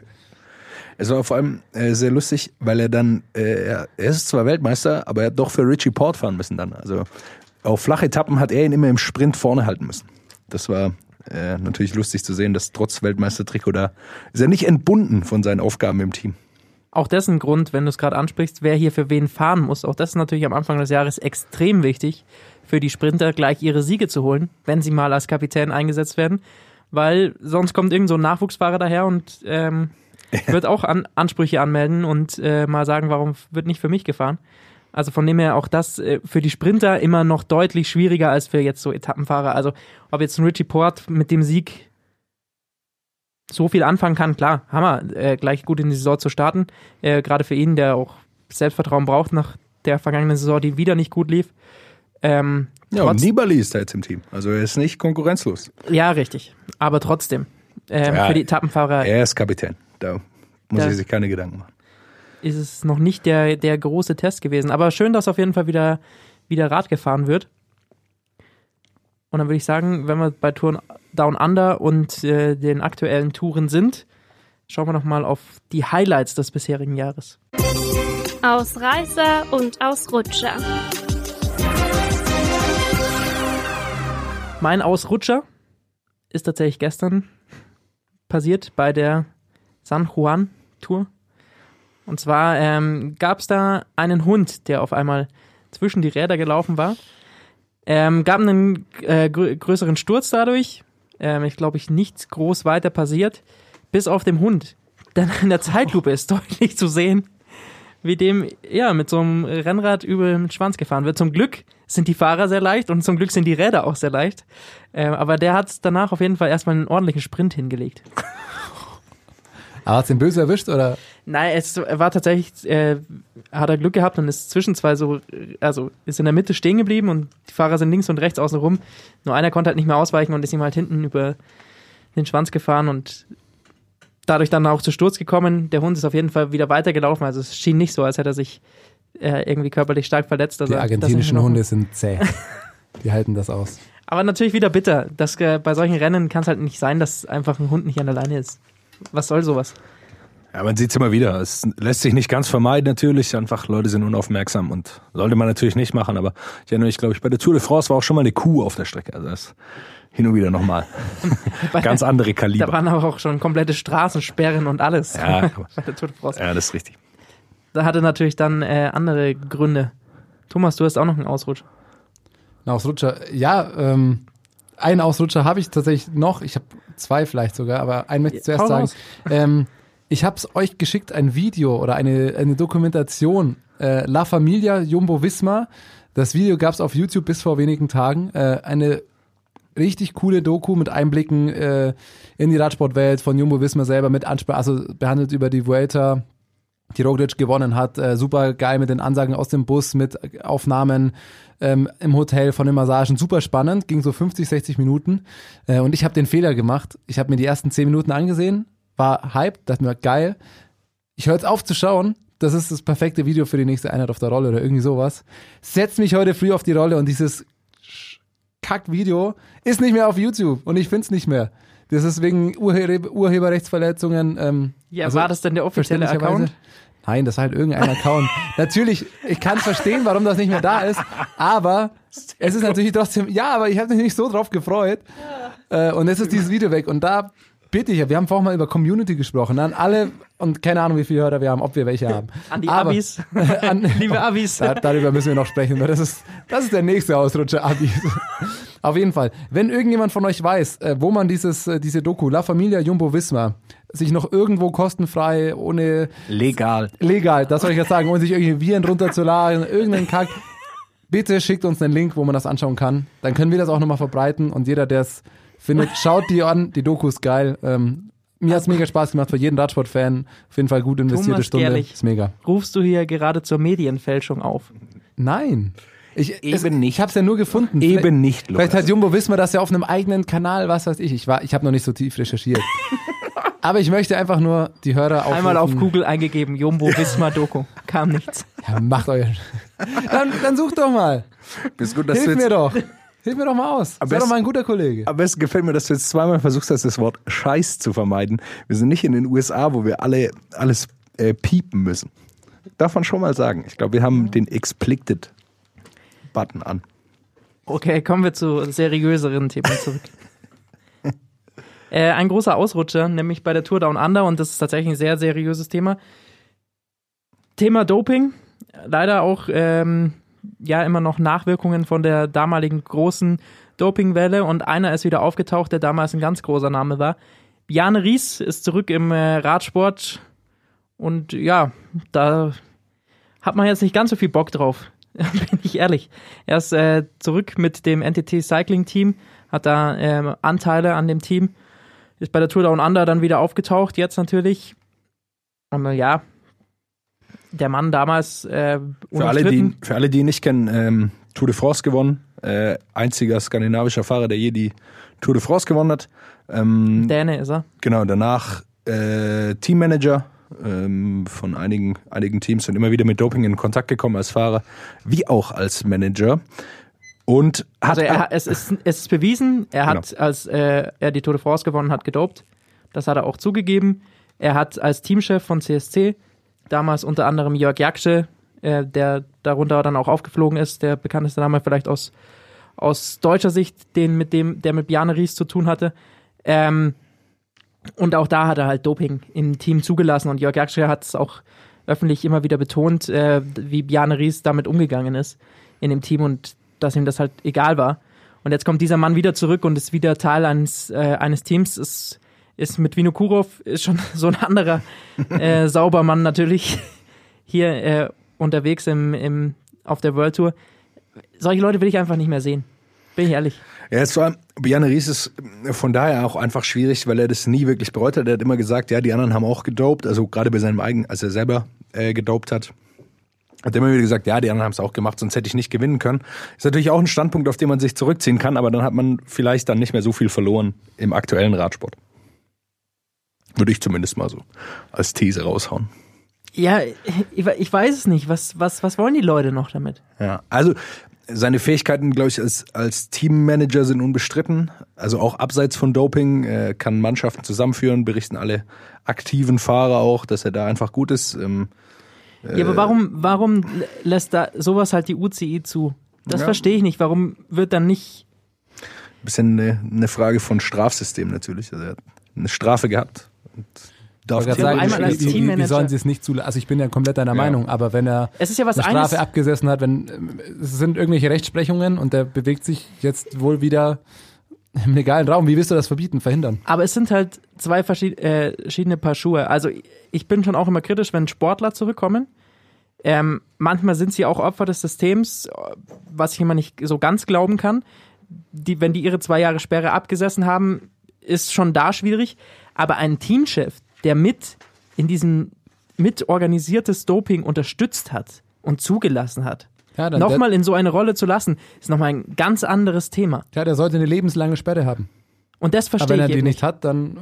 Es war vor allem äh, sehr lustig, weil er dann, äh, er, er ist zwar Weltmeister, aber er hat doch für Richie Porte fahren müssen dann. Also auf flache Etappen hat er ihn immer im Sprint vorne halten müssen. Das war äh, natürlich lustig zu sehen, dass trotz Weltmeistertrikot da ist er nicht entbunden von seinen Aufgaben im Team. Auch das ein Grund, wenn du es gerade ansprichst, wer hier für wen fahren muss. Auch das ist natürlich am Anfang des Jahres extrem wichtig, für die Sprinter gleich ihre Siege zu holen, wenn sie mal als Kapitän eingesetzt werden. Weil sonst kommt irgend so ein Nachwuchsfahrer daher und ähm, wird auch an, Ansprüche anmelden und äh, mal sagen, warum wird nicht für mich gefahren. Also von dem her auch das äh, für die Sprinter immer noch deutlich schwieriger als für jetzt so Etappenfahrer. Also ob jetzt ein Richie Porte mit dem Sieg so viel anfangen kann, klar, Hammer, äh, gleich gut in die Saison zu starten. Äh, gerade für ihn, der auch Selbstvertrauen braucht nach der vergangenen Saison, die wieder nicht gut lief. Ähm, Ja, und Nibali ist da jetzt im Team. Also er ist nicht konkurrenzlos. Ja, richtig. Aber trotzdem, ähm, Ja, für die Etappenfahrer Er ist Kapitän. Da muss Ja. er sich keine Gedanken machen. ist es noch nicht der, der große Test gewesen. Aber schön, dass auf jeden Fall wieder, wieder Rad gefahren wird. Und dann würde ich sagen, wenn wir bei Touren Down Under und äh, den aktuellen Touren sind, schauen wir noch mal auf die Highlights des bisherigen Jahres. Ausreißer und Ausrutscher. Mein Ausrutscher ist tatsächlich gestern passiert bei der San Juan Tour. Und zwar ähm, gab es da einen Hund, der auf einmal zwischen die Räder gelaufen war. Ähm, gab einen äh, grö- größeren Sturz dadurch. Ähm, ich glaube, ich nichts groß weiter passiert, bis auf dem Hund. Denn in der Zeitlupe ist deutlich zu sehen, wie dem ja mit so einem Rennrad über den Schwanz gefahren wird. Zum Glück sind die Fahrer sehr leicht und zum Glück sind die Räder auch sehr leicht. Ähm, aber der hat danach auf jeden Fall erstmal einen ordentlichen Sprint hingelegt. Aber hat's den böse erwischt, oder? Nein, es war tatsächlich, äh, hat er Glück gehabt und ist zwischen zwei so, also ist in der Mitte stehen geblieben und die Fahrer sind links und rechts außen rum. Nur einer konnte halt nicht mehr ausweichen und ist ihm halt hinten über den Schwanz gefahren und dadurch dann auch zu Sturz gekommen. Der Hund ist auf jeden Fall wieder weitergelaufen, also es schien nicht so, als hätte er sich äh, irgendwie körperlich stark verletzt. Also, Die argentinischen Hunde sind zäh. Die halten das aus. Aber natürlich wieder bitter. Das, äh, bei solchen Rennen kann es halt nicht sein, dass einfach ein Hund nicht an der Leine ist. Was soll sowas? Ja, man sieht es immer wieder. Es lässt sich nicht ganz vermeiden natürlich. Einfach Leute sind unaufmerksam und sollte man natürlich nicht machen. Aber ich erinnere mich, glaube ich, bei der Tour de France war auch schon mal eine Kuh auf der Strecke. Also das hin und wieder nochmal. Ganz andere Kaliber. Da waren aber auch schon komplette Straßensperren und alles. Ja, bei der Tour de France. ja, das ist richtig. Da hatte natürlich dann äh, andere Gründe. Thomas, du hast auch noch einen Ausrutsch. Ein Ausrutscher, ja, ähm, einen Ausrutscher habe ich tatsächlich noch. Ich habe zwei vielleicht sogar, aber einen möchte ich zuerst Hau sagen. raus. Ähm, ich habe es euch geschickt, ein Video oder eine, eine Dokumentation. Äh, La Familia Jumbo-Visma. Das Video gab es auf YouTube bis vor wenigen Tagen. Äh, eine richtig coole Doku mit Einblicken äh, in die Radsportwelt von Jumbo-Visma selber, mit Ansprache, also behandelt über die Vuelta, die Roglic gewonnen hat. Äh, super geil mit den Ansagen aus dem Bus, mit Aufnahmen ähm, im Hotel von den Massagen. Super spannend, ging so fünfzig, sechzig Minuten. Äh, und ich habe den Fehler gemacht. Ich habe mir die ersten zehn Minuten angesehen war hyped, dachte mir, geil. Ich höre jetzt auf zu schauen, das ist das perfekte Video für die nächste Einheit auf der Rolle oder irgendwie sowas. Setz mich heute früh auf die Rolle und dieses Kack-Video ist nicht mehr auf YouTube und ich find's nicht mehr. Das ist wegen Urhe- Urheberrechtsverletzungen. Ähm, Ja, also war das denn der offizielle verständlicherweise- Account? Nein, das ist halt irgendein Account. Natürlich, ich kann verstehen, warum das nicht mehr da ist, aber es ist natürlich trotzdem, ja, aber ich habe mich nicht so drauf gefreut. Äh, und jetzt ist dieses Video weg und da bitte ich, wir haben vorhin mal über Community gesprochen, an alle, und keine Ahnung, wie viele Hörer wir haben, ob wir welche haben. An die Aber- Abis. an, Liebe Abis. Da, darüber müssen wir noch sprechen, weil das ist, das ist der nächste Ausrutscher, Abis. Auf jeden Fall. Wenn irgendjemand von euch weiß, äh, wo man dieses, äh, diese Doku La Familia Jumbo Visma sich noch irgendwo kostenfrei, ohne Legal. legal, das soll ich jetzt sagen, ohne sich irgendwie Viren runterzuladen, irgendeinen Kack, bitte schickt uns einen Link, wo man das anschauen kann. Dann können wir das auch nochmal verbreiten und jeder, der es findet, schaut die an, die Doku ist geil. Ähm, mir hat's mega Spaß gemacht, für jeden Radsport-Fan. Auf jeden Fall gut investierte Thomas Stunde. Gerlich. Ist mega. Rufst du hier gerade zur Medienfälschung auf? Nein. Ich, Eben es, nicht. Ich habe es ja nur gefunden. Eben Vielleicht- nicht, Lukas. Vielleicht hat Jumbo Visma das ja auf einem eigenen Kanal, was weiß ich. Ich war, ich habe noch nicht so tief recherchiert. Aber ich möchte einfach nur die Hörer aufrufen. Einmal auf Google eingegeben, Jumbo Visma Doku. Kam nichts. Ja, macht euer. Dann, dann sucht doch mal. Bist gut, dass Hilf du mir jetzt, doch. Hilf mir doch mal aus. Sei besten- doch mal ein guter Kollege. am besten gefällt mir, dass du jetzt zweimal versuchst hast, das Wort Scheiß zu vermeiden. Wir sind nicht in den U S A, wo wir alle alles äh, piepen müssen. Darf man schon mal sagen. Ich glaube, wir haben den Explicit-Button an. Okay, kommen wir zu seriöseren Themen zurück. äh, ein großer Ausrutscher, nämlich bei der Tour Down Under, und das ist tatsächlich ein sehr seriöses Thema. Thema Doping. Leider auch ähm, ja immer noch Nachwirkungen von der damaligen großen Dopingwelle, und einer ist wieder aufgetaucht, der damals ein ganz großer Name war. Bjarne Ries ist zurück im äh, Radsport, und ja, da hat man jetzt nicht ganz so viel Bock drauf, bin ich ehrlich. Er ist äh, zurück mit dem N T T Cycling Team, hat da äh, Anteile an dem Team, ist bei der Tour Down Under dann wieder aufgetaucht, jetzt natürlich. Aber ja, der Mann damals äh, Für alle, unumstritten. die, für alle, die ihn nicht kennen, ähm, Tour de France gewonnen. Äh, einziger skandinavischer Fahrer, der je die Tour de France gewonnen hat. Ähm, Däne ist er. Genau, danach äh, Teammanager ähm, von einigen, einigen Teams und immer wieder mit Doping in Kontakt gekommen als Fahrer, wie auch als Manager. Und hat Also er, es, ist, es ist bewiesen, er hat, Genau. als äh, er die Tour de France gewonnen hat, gedopt. Das hat er auch zugegeben. Er hat als Teamchef von C S C damals unter anderem Jörg Jaksche, äh, der darunter dann auch aufgeflogen ist, der bekannteste Name vielleicht aus, aus deutscher Sicht, den mit dem, der mit Bjarne Ries zu tun hatte. Ähm, und auch da hat er halt Doping im Team zugelassen, und Jörg Jaksche hat es auch öffentlich immer wieder betont, äh, wie Bjarne Ries damit umgegangen ist in dem Team und dass ihm das halt egal war. Und jetzt kommt dieser Mann wieder zurück und ist wieder Teil eines, äh, eines Teams. Ist, ist mit Vinokurov, ist schon so ein anderer äh, Saubermann natürlich hier äh, unterwegs im, im, auf der World Tour. Solche Leute will ich einfach nicht mehr sehen. Bin ich ehrlich. Ja, es war, Bjarne Ries ist von daher auch einfach schwierig, weil er das nie wirklich bereut hat. Er hat immer gesagt, ja, die anderen haben auch gedopt, also gerade bei seinem eigenen, als er selber äh, gedopt hat, hat er immer wieder gesagt, ja, die anderen haben es auch gemacht, sonst hätte ich nicht gewinnen können. Ist natürlich auch ein Standpunkt, auf den man sich zurückziehen kann, aber dann hat man vielleicht dann nicht mehr so viel verloren im aktuellen Radsport. Würde ich zumindest mal so als These raushauen. Ja, ich, ich weiß es nicht. Was, was, was wollen die Leute noch damit? Ja, also seine Fähigkeiten, glaube ich, als, als Teammanager sind unbestritten. Also auch abseits von Doping äh, kann Mannschaften zusammenführen, berichten alle aktiven Fahrer auch, dass er da einfach gut ist. Ähm, Ja, aber warum, warum lässt da sowas halt die U C I zu? Das Ja. verstehe ich nicht. Warum wird dann nicht... bisschen eine, eine Frage von Strafsystem natürlich. Also er hat eine Strafe gehabt und darf Ich wollte die- gerade einmal als sagen, wie, wie, wie Teammanager- sollen sie es nicht zulassen? Also ich bin ja komplett deiner Ja. Meinung, aber wenn er Es ist ja was eine Strafe eines... abgesessen hat, wenn ähm, es sind irgendwelche Rechtsprechungen und der bewegt sich jetzt wohl wieder im legalen Raum. Wie willst du das verbieten, verhindern? Aber es sind halt zwei verschied äh, verschiedene Paar Schuhe. Also ich bin schon auch immer kritisch, wenn Sportler zurückkommen. Ähm, manchmal sind sie auch Opfer des Systems, was ich immer nicht so ganz glauben kann. Die, wenn die ihre zwei Jahre Sperre abgesessen haben, ist schon da schwierig. Aber ein Teamchef, der mit in diesem mit organisiertes Doping unterstützt hat und zugelassen hat, Ja, dann nochmal in so eine Rolle zu lassen, ist nochmal ein ganz anderes Thema. der, ja, der sollte eine lebenslange Sperre haben. Und das Aber verstehe wenn er ich die eben nicht nicht. hat, dann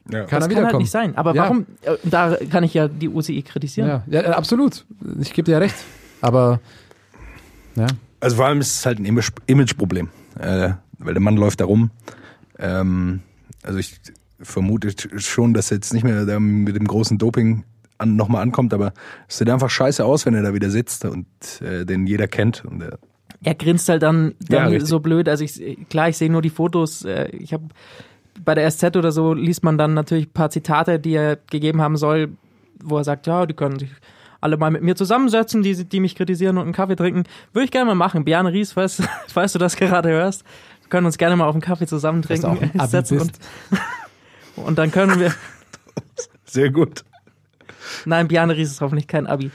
Ja. Kann das er kann halt wiederkommen. nicht sein. Aber Ja. warum? äh, Da kann ich ja die U C I kritisieren. Ja, ja, absolut. Ich gebe dir ja recht. Aber, ja. Also vor allem ist es halt ein Image- Image-Problem, äh, weil der Mann läuft da rum. Ähm, also ich vermute schon, dass er jetzt nicht mehr da mit dem großen Doping an, nochmal ankommt, aber es sieht einfach scheiße aus, wenn er da wieder sitzt und äh, den jeder kennt. Und, äh, Er grinst halt dann, Ja, dann richtig. so blöd. Also ich, klar, ich sehe nur die Fotos. äh, Ich habe bei der S Z oder so liest man dann natürlich ein paar Zitate, die er gegeben haben soll, wo er sagt, ja, die können sich alle mal mit mir zusammensetzen, die, die mich kritisieren und einen Kaffee trinken. Würde ich gerne mal machen. Bjarne Ries, falls, falls du das gerade hörst, wir können uns gerne mal auf einen Kaffee zusammen Dass du trinken. auch ein Abi setzen bist. und, und dann können wir. sehr gut. Nein, Bjarne Ries ist hoffentlich kein Abi.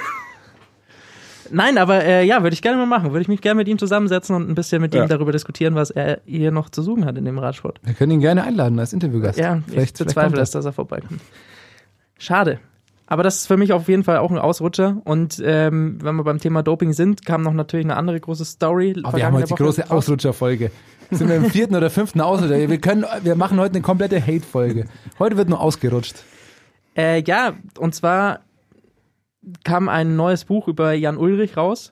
Nein, aber äh, ja, würde ich gerne mal machen. Würde ich mich gerne mit ihm zusammensetzen und ein bisschen mit Ja. ihm darüber diskutieren, was er hier noch zu suchen hat in dem Radsport. Wir können ihn gerne einladen als Interviewgast. Ja, vielleicht, ich bezweifle vielleicht es, dass er vorbeikommt. Schade. Aber das ist für mich auf jeden Fall auch ein Ausrutscher. Und ähm, wenn wir beim Thema Doping sind, kam noch natürlich eine andere große Story. Oh, wir haben heute die große Ausrutscherfolge. Sind wir im vierten oder fünften Ausrutscher? Wir können, wir machen heute eine komplette Hate-Folge. Heute wird nur ausgerutscht. Äh, ja, und zwar kam ein neues Buch über Jan Ullrich raus.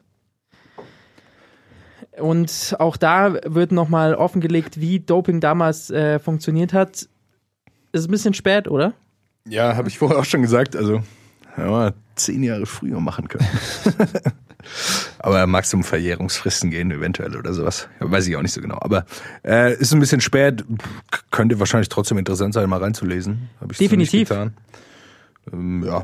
Und auch da wird nochmal offengelegt, wie Doping damals äh, funktioniert hat. Ist ein bisschen spät, oder? Ja, habe ich vorher auch schon gesagt. Also, ja, mal zehn Jahre früher machen können. Aber mag es um Verjährungsfristen gehen, eventuell oder sowas. Ja, weiß ich auch nicht so genau. Aber äh, ist ein bisschen spät. K- könnte wahrscheinlich trotzdem interessant sein, mal reinzulesen. Hab ich so Definitiv. nicht getan. Ähm, ja.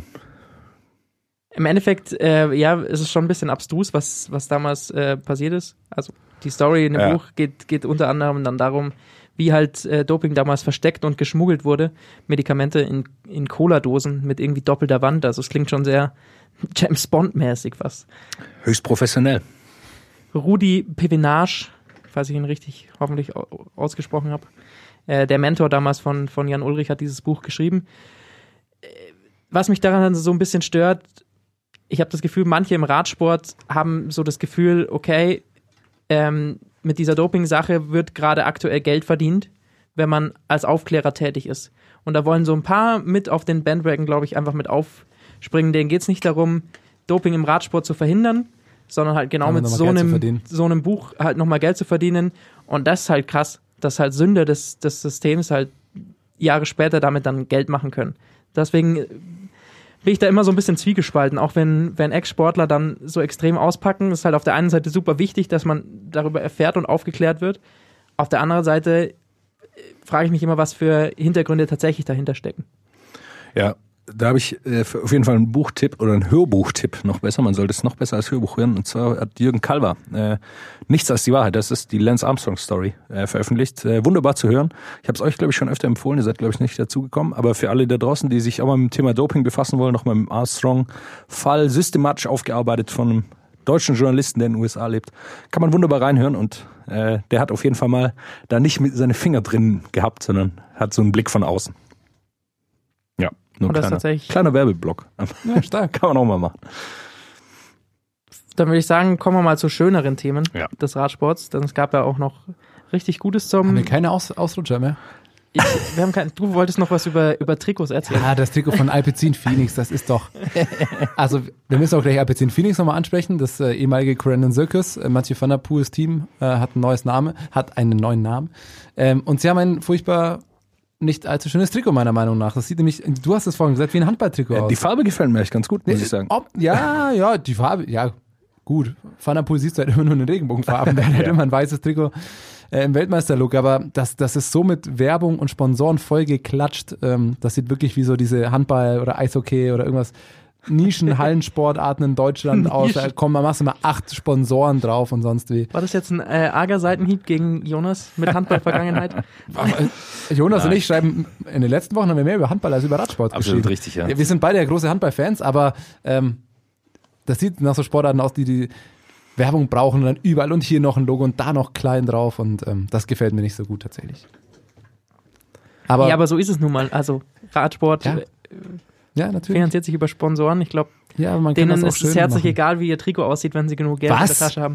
Im Endeffekt, äh, ja, ist es schon ein bisschen abstrus, was, was damals äh, passiert ist. Also die Story in dem Ja. Buch geht, geht unter anderem dann darum, wie halt äh, Doping damals versteckt und geschmuggelt wurde. Medikamente in, in Cola-Dosen mit irgendwie doppelter Wand. Also es klingt schon sehr James Bond-mäßig was. Höchst professionell. Rudi Pevenage, falls ich ihn richtig hoffentlich au- ausgesprochen habe, äh, der Mentor damals von, von Jan Ullrich hat dieses Buch geschrieben. Äh, was mich daran so ein bisschen stört, ich habe das Gefühl, manche im Radsport haben so das Gefühl, okay, ähm, mit dieser Doping-Sache wird gerade aktuell Geld verdient, wenn man als Aufklärer tätig ist. Und da wollen so ein paar mit auf den Bandwagon, glaube ich, einfach mit aufspringen. Denen geht es nicht darum, Doping im Radsport zu verhindern, sondern halt genau Aber mit nochmal so Geld zu einem, verdienen. so einem Buch halt nochmal Geld zu verdienen. Und das ist halt krass, dass halt Sünder des, des Systems halt Jahre später damit dann Geld machen können. Deswegen bin ich da immer so ein bisschen zwiegespalten, auch wenn, wenn Ex-Sportler dann so extrem auspacken. Ist halt auf der einen Seite super wichtig, dass man darüber erfährt und aufgeklärt wird. Auf der anderen Seite äh, frage ich mich immer, was für Hintergründe tatsächlich dahinter stecken. Ja, da habe ich äh, auf jeden Fall einen Buchtipp oder einen Hörbuchtipp, noch besser. Man sollte es noch besser als Hörbuch hören. Und zwar hat Jürgen Kalver äh, Nichts als die Wahrheit, das ist die Lance Armstrong Story, äh, veröffentlicht. Äh, wunderbar zu hören. Ich habe es euch, glaube ich, schon öfter empfohlen. Ihr seid, glaube ich, nicht dazugekommen. Aber für alle da draußen, die sich auch mal mit dem Thema Doping befassen wollen, noch mal mit dem Armstrong-Fall systematisch aufgearbeitet von einem deutschen Journalisten, der in den U S A lebt, kann man wunderbar reinhören. Und äh, der hat auf jeden Fall mal da nicht mit seine Finger drin gehabt, sondern hat so einen Blick von außen. Ja, nur Und ein das kleiner, tatsächlich- kleiner Werbeblock. Ja, stark. Kann man auch mal machen. Dann würde ich sagen, kommen wir mal zu schöneren Themen Ja. des Radsports. Denn es gab ja auch noch richtig Gutes zum... Haben wir keine Aus Ausrutscher mehr? Ich, wir haben kein, du wolltest noch was über, über Trikots erzählen. Ah, das Trikot von Alpecin Phoenix, das ist doch. Also, wir müssen auch gleich Alpecin Phoenix nochmal ansprechen. Das äh, ehemalige Corendon Circus, äh, Mathieu van der Poels Team, äh, hat ein neues Name, hat einen neuen Namen. Ähm, und sie haben ein furchtbar nicht allzu schönes Trikot, meiner Meinung nach. Das sieht nämlich, du hast es vorhin gesagt, wie ein Handballtrikot Äh, aus. die Farbe gefällt mir echt ganz gut, muss ich sagen. Ob, ja, ja, die Farbe, ja, gut. Van der Poel siehst du halt immer nur in den Regenbogenfarben. Der hat halt Ja. immer ein weißes Trikot äh, im Weltmeisterlook. Aber das, das ist so mit Werbung und Sponsoren voll geklatscht. Ähm, das sieht wirklich wie so diese Handball- oder Eishockey oder irgendwas Nischen-Hallensportarten in Deutschland aus. Da kommen, man machst immer acht Sponsoren drauf und sonst wie. War das jetzt ein äh, arger Seitenhieb gegen Jonas mit Handball-Vergangenheit? Aber, äh, Jonas und ich schreiben, in den letzten Wochen haben wir mehr über Handball als über Radsport Absolut geschrieben. richtig, ja. Ja, wir sind beide ja große Handballfans, aber ähm, das sieht nach so Sportarten aus, die die Werbung brauchen und dann überall und hier noch ein Logo und da noch klein drauf und ähm, das gefällt mir nicht so gut tatsächlich. Aber, Ja, aber so ist es nun mal. Also Radsport Ja, äh, ja natürlich. finanziert sich über Sponsoren. Ich glaube, Ja, aber man kann denen das auch ist es schön herzlich machen. egal, wie ihr Trikot aussieht, wenn sie genug Geld in Was? der Tasche haben.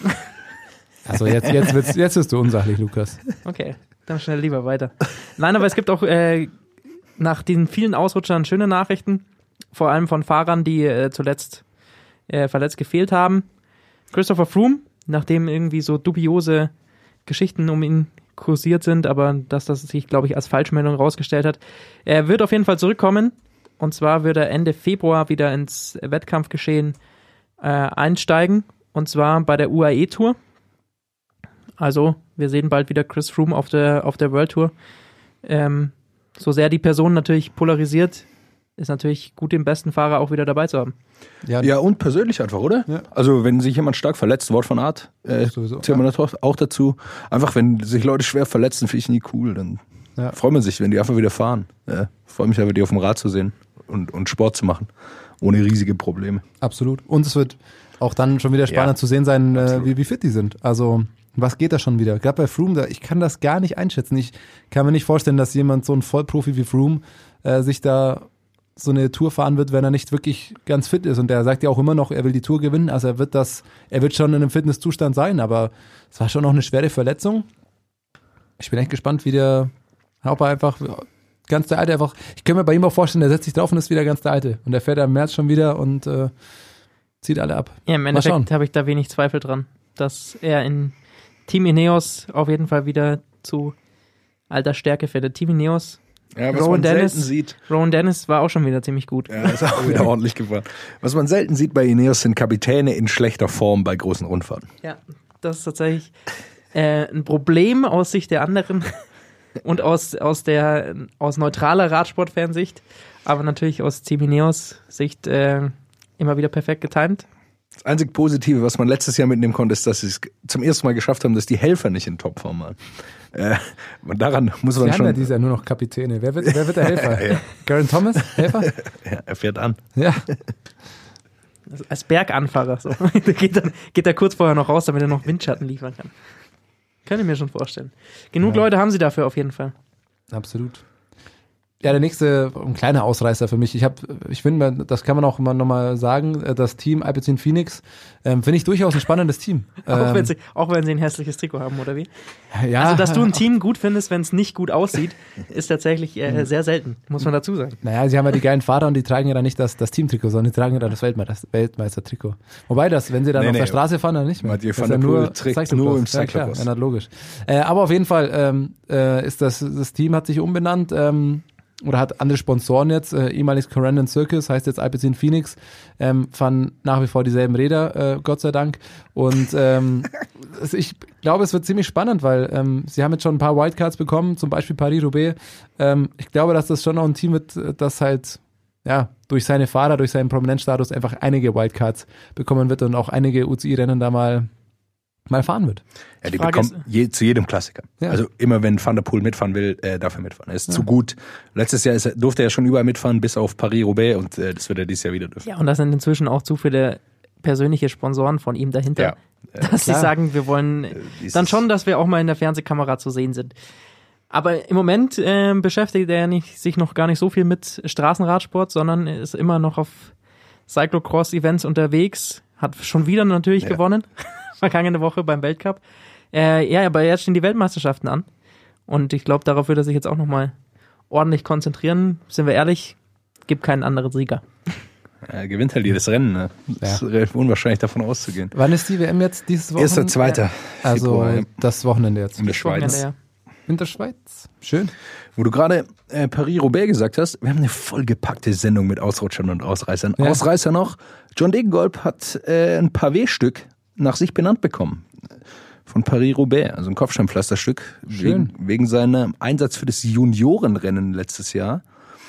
Also jetzt, jetzt, wird's, jetzt wirst du unsachlich, Lukas. Okay, dann schnell lieber weiter. Nein, aber es gibt auch äh, nach den vielen Ausrutschern schöne Nachrichten, vor allem von Fahrern, die äh, zuletzt äh, verletzt gefehlt haben. Christopher Froome, nachdem irgendwie so dubiose Geschichten um ihn kursiert sind, aber dass das sich, glaube ich, als Falschmeldung rausgestellt hat. Er wird auf jeden Fall zurückkommen, und zwar wird er Ende Februar wieder ins Wettkampfgeschehen äh, einsteigen, und zwar bei der U A E-Tour. Also, wir sehen bald wieder Chris Froome auf der, auf der World Tour. Ähm, so sehr die Person natürlich polarisiert, ist natürlich gut, den besten Fahrer auch wieder dabei zu haben. Ja, ja und persönlich einfach, oder? Ja. Also wenn sich jemand stark verletzt, Wort von Art, äh, zählt man ja. auch dazu. Einfach, wenn sich Leute schwer verletzen, finde ich nie cool. Dann ja. freut man sich, wenn die einfach wieder fahren. Ja, freue mich einfach, die auf dem Rad zu sehen und, und Sport zu machen, ohne riesige Probleme. Absolut. Und es wird auch dann schon wieder spannend ja. zu sehen sein, äh, wie, wie fit die sind. Also was geht da schon wieder? Gerade bei Froome, da, ich kann das gar nicht einschätzen. Ich kann mir nicht vorstellen, dass jemand, so ein Vollprofi wie Froome, äh, sich da so eine Tour fahren wird, wenn er nicht wirklich ganz fit ist. Und er sagt ja auch immer noch, er will die Tour gewinnen. Also er wird das, er wird schon in einem Fitnesszustand sein, aber es war schon noch eine schwere Verletzung. Ich bin echt gespannt, wie der, ob er einfach ganz der Alte einfach, ich kann mir bei ihm auch vorstellen, der setzt sich drauf und ist wieder ganz der Alte. Und der fährt im März schon wieder und äh, zieht alle ab. Ja, im Endeffekt habe ich da wenig Zweifel dran, dass er in Team Ineos auf jeden Fall wieder zu alter Stärke findet. Team Ineos, ja, was Rowan man Dennis, selten sieht. Rowan Dennis war auch schon wieder ziemlich gut. Ja, ist auch wieder ordentlich gefahren. Was man selten sieht bei Ineos sind Kapitäne in schlechter Form bei großen Rundfahrten. Ja, das ist tatsächlich äh, ein Problem aus Sicht der anderen und aus, aus der aus neutraler Radsportfansicht, aber natürlich aus Team Ineos Sicht äh, immer wieder perfekt getimt. Das einzig Positive, was man letztes Jahr mitnehmen konnte, ist, dass sie es zum ersten Mal geschafft haben, dass die Helfer nicht in Topform waren. Äh, und daran muss man sie schon... haben ja dieses Jahr nur noch Kapitäne. Wer wird, wer wird der Helfer? ja. Geraint Thomas, Helfer? Ja, er fährt an. Ja. Als Berganfahrer. So. Der geht, dann, geht er kurz vorher noch raus, damit er noch Windschatten liefern kann. Kann ich mir schon vorstellen. Genug ja. Leute haben sie dafür auf jeden Fall. Absolut. Ja, der nächste, ein kleiner Ausreißer für mich. Ich habe, ich finde, das kann man auch immer nochmal sagen, das Team Alpecin Phoenix ähm, finde ich durchaus ein spannendes Team. auch, ähm, wenn sie, auch wenn sie ein hässliches Trikot haben, oder wie? Ja. Also, dass du ein Team gut findest, wenn es nicht gut aussieht, ist tatsächlich äh, sehr selten, muss man dazu sagen. Naja, sie haben ja die geilen Fahrer und die tragen ja dann nicht das, das Team-Trikot, sondern die tragen ja dann das Weltmeister, Weltmeister-Trikot. Wobei das, wenn sie dann nee, auf nee. der Straße fahren, dann nicht mehr. Mathieu van der Poel trägt nur im Cyclocross. Ja, klar, ja, logisch. Äh, aber auf jeden Fall ähm, äh, ist das, das Team hat sich umbenannt, ähm, oder hat andere Sponsoren jetzt, äh, ehemaliges Corendon Circus, heißt jetzt Alpecin Phoenix, ähm, fahren nach wie vor dieselben Räder, äh, Gott sei Dank. Und ähm, ich glaube, es wird ziemlich spannend, weil ähm, sie haben jetzt schon ein paar Wildcards bekommen, zum Beispiel Paris-Roubaix. Ähm, ich glaube, dass das schon noch ein Team wird, das halt ja durch seine Fahrer, durch seinen Prominenzstatus einfach einige Wildcards bekommen wird und auch einige U C I-Rennen da mal mal fahren wird. Ja, die bekommen je, zu jedem Klassiker. Ja. Also immer, wenn Van der Poel mitfahren will, äh, darf er mitfahren. Er ist ja. zu gut. Letztes Jahr ist er, durfte er schon überall mitfahren, bis auf Paris-Roubaix und äh, das wird er dieses Jahr wieder dürfen. Ja, und da sind inzwischen auch zu viele persönliche Sponsoren von ihm dahinter, ja. äh, dass sie sagen, wir wollen äh, dann schon, dass wir auch mal in der Fernsehkamera zu sehen sind. Aber im Moment äh, beschäftigt er nicht, sich noch gar nicht so viel mit Straßenradsport, sondern ist immer noch auf Cyclocross-Events unterwegs, hat schon wieder natürlich ja. gewonnen. Vergangene Woche beim Weltcup. Äh, ja, aber jetzt stehen die Weltmeisterschaften an. Und ich glaube, darauf wird er sich jetzt auch nochmal ordentlich konzentrieren. Sind wir ehrlich, gibt keinen anderen Sieger. Er gewinnt halt jedes Rennen. Ne? Das ja. ist unwahrscheinlich davon auszugehen. Wann ist die W M jetzt dieses Wochenende? Erster, zweiter. Also Februar, ja. das Wochenende jetzt. In der Schweiz. Ja. In der Schweiz. Schön. Wo du gerade äh, Paris-Roubaix gesagt hast, wir haben eine vollgepackte Sendung mit Ausrutschern und Ausreißern. Ja. Ausreißer noch. John Degenkolb hat äh, ein Pavé-Stück nach sich benannt bekommen. Von Paris-Roubaix, also ein Kopfsteinpflasterstück. Wegen, wegen seinem Einsatz für das Juniorenrennen letztes Jahr,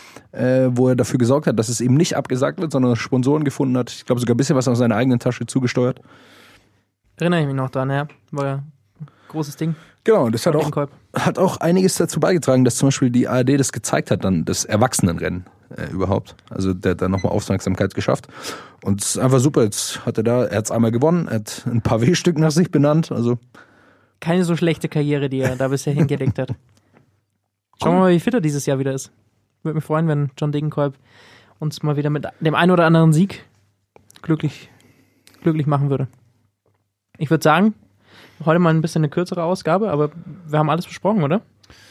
äh, wo er dafür gesorgt hat, dass es eben nicht abgesagt wird, sondern Sponsoren gefunden hat. Ich glaube sogar ein bisschen was aus seiner eigenen Tasche zugesteuert. Erinnere ich mich noch dran, ja. War ja ein großes Ding. Genau, das hat auch, hat auch einiges dazu beigetragen, dass zum Beispiel die A R D das gezeigt hat, dann das Erwachsenenrennen äh, überhaupt. Also der hat dann nochmal Aufmerksamkeit geschafft. Und es ist einfach super, jetzt hat er da, er hat es einmal gewonnen, er hat ein Pavé-Stück nach sich benannt. Also keine so schlechte Karriere, die er da bisher hingelegt hat. Schauen wir mal, wie fit er dieses Jahr wieder ist. Würde mich freuen, wenn John Degenkolb uns mal wieder mit dem einen oder anderen Sieg glücklich, glücklich machen würde. Ich würde sagen, heute mal ein bisschen eine kürzere Ausgabe, aber wir haben alles besprochen, oder?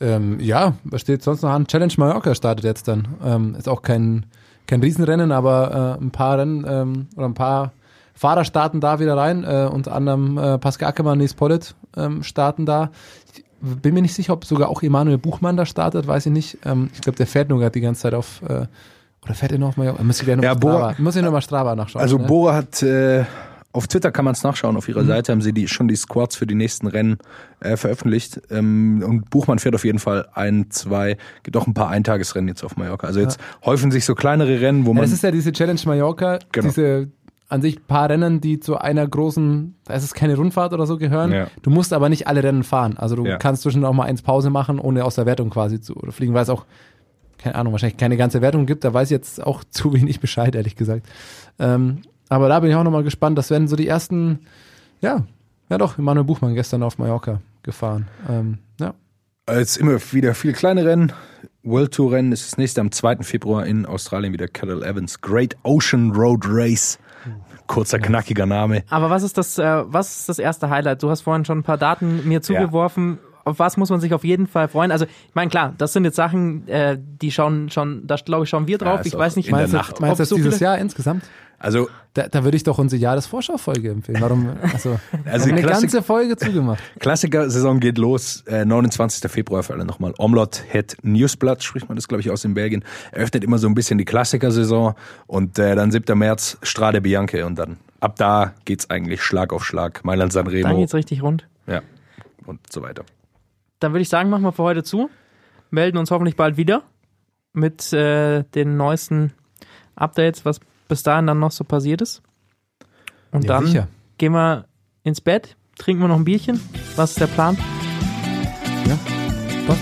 Ähm, ja, was steht sonst noch an? Challenge Mallorca startet jetzt dann. Ähm, ist auch kein, kein Riesenrennen, aber äh, ein paar Rennen ähm, oder ein paar Fahrer starten da wieder rein. Äh, unter anderem äh, Pascal Ackermann, Nils Pollitt ähm, starten da. Ich bin mir nicht sicher, ob sogar auch Emanuel Buchmann da startet, weiß ich nicht. Ähm, ich glaube, der fährt nur gerade die ganze Zeit auf, äh, oder fährt er noch auf Mallorca? Muss ich gleich noch Ja, mal Bora- Strava, muss ich noch mal Strava nachschauen. Also ne? Bora hat, äh, auf Twitter kann man es nachschauen, auf ihrer Mhm. Seite haben sie die, schon die Squads für die nächsten Rennen äh, veröffentlicht. Ähm, und Buchmann fährt auf jeden Fall ein, zwei, gibt auch ein paar Eintagesrennen jetzt auf Mallorca. Also jetzt häufen sich so kleinere Rennen, wo Ja, man... das ist ja diese Challenge Mallorca, Genau. diese an sich paar Rennen, die zu einer großen, da ist es keine Rundfahrt oder so gehören. Ja. Du musst aber nicht alle Rennen fahren. Also du Ja. kannst zwischendurch auch mal eins Pause machen, ohne aus der Wertung quasi zu oder fliegen, weil es auch, keine Ahnung, wahrscheinlich keine ganze Wertung gibt. Da weiß ich jetzt auch zu wenig Bescheid, ehrlich gesagt. Ähm, aber da bin ich auch nochmal gespannt. Das werden so die ersten, ja, ja doch, Emanuel Buchmann gestern auf Mallorca gefahren. Ähm, ja. Jetzt immer wieder viele kleine Rennen. World Tour Rennen ist das nächste am zweiten Februar in Australien wieder. Cadel Evans Great Ocean Road Race. Kurzer, knackiger Name. Aber was ist das, äh, was ist das erste Highlight? Du hast vorhin schon ein paar Daten mir zugeworfen. Auf was muss man sich auf jeden Fall freuen? Also, ich meine, klar, das sind jetzt Sachen, äh, die schauen schon, da glaube ich, schauen wir drauf. Ja, ist ich auch weiß nicht, in der Meinst du, Nacht. meinst du das so dieses viele- Jahr insgesamt? Also, Da, da würde ich doch unsere Jahresvorschau-Folge empfehlen. Warum? Also, Also eine Klassik- ganze Folge zugemacht. Klassiker-Saison geht los, äh, neunundzwanzigsten Februar für alle nochmal. Omlot Het Nieuwsblad, spricht man das, glaube ich, aus in Belgien. Eröffnet immer so ein bisschen die Klassiker-Saison und äh, dann siebten März Strade Bianche und dann ab da geht's eigentlich Schlag auf Schlag. Mailand San dann Remo. geht's richtig rund. Ja, und so weiter. Dann würde ich sagen, machen wir für heute zu. Melden uns hoffentlich bald wieder mit äh, den neuesten Updates, was bis dahin dann noch so passiert ist. Und Ja, dann sicher. gehen wir ins Bett, trinken wir noch ein Bierchen. Was ist der Plan? Ja, passt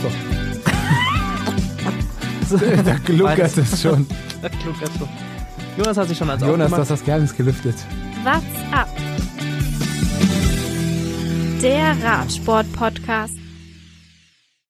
doch. Da gluckert es schon. Jonas hat sich schon als Jonas, du aufgemacht. hast das Geheimnis gelüftet. What's up? Der Radsport-Podcast.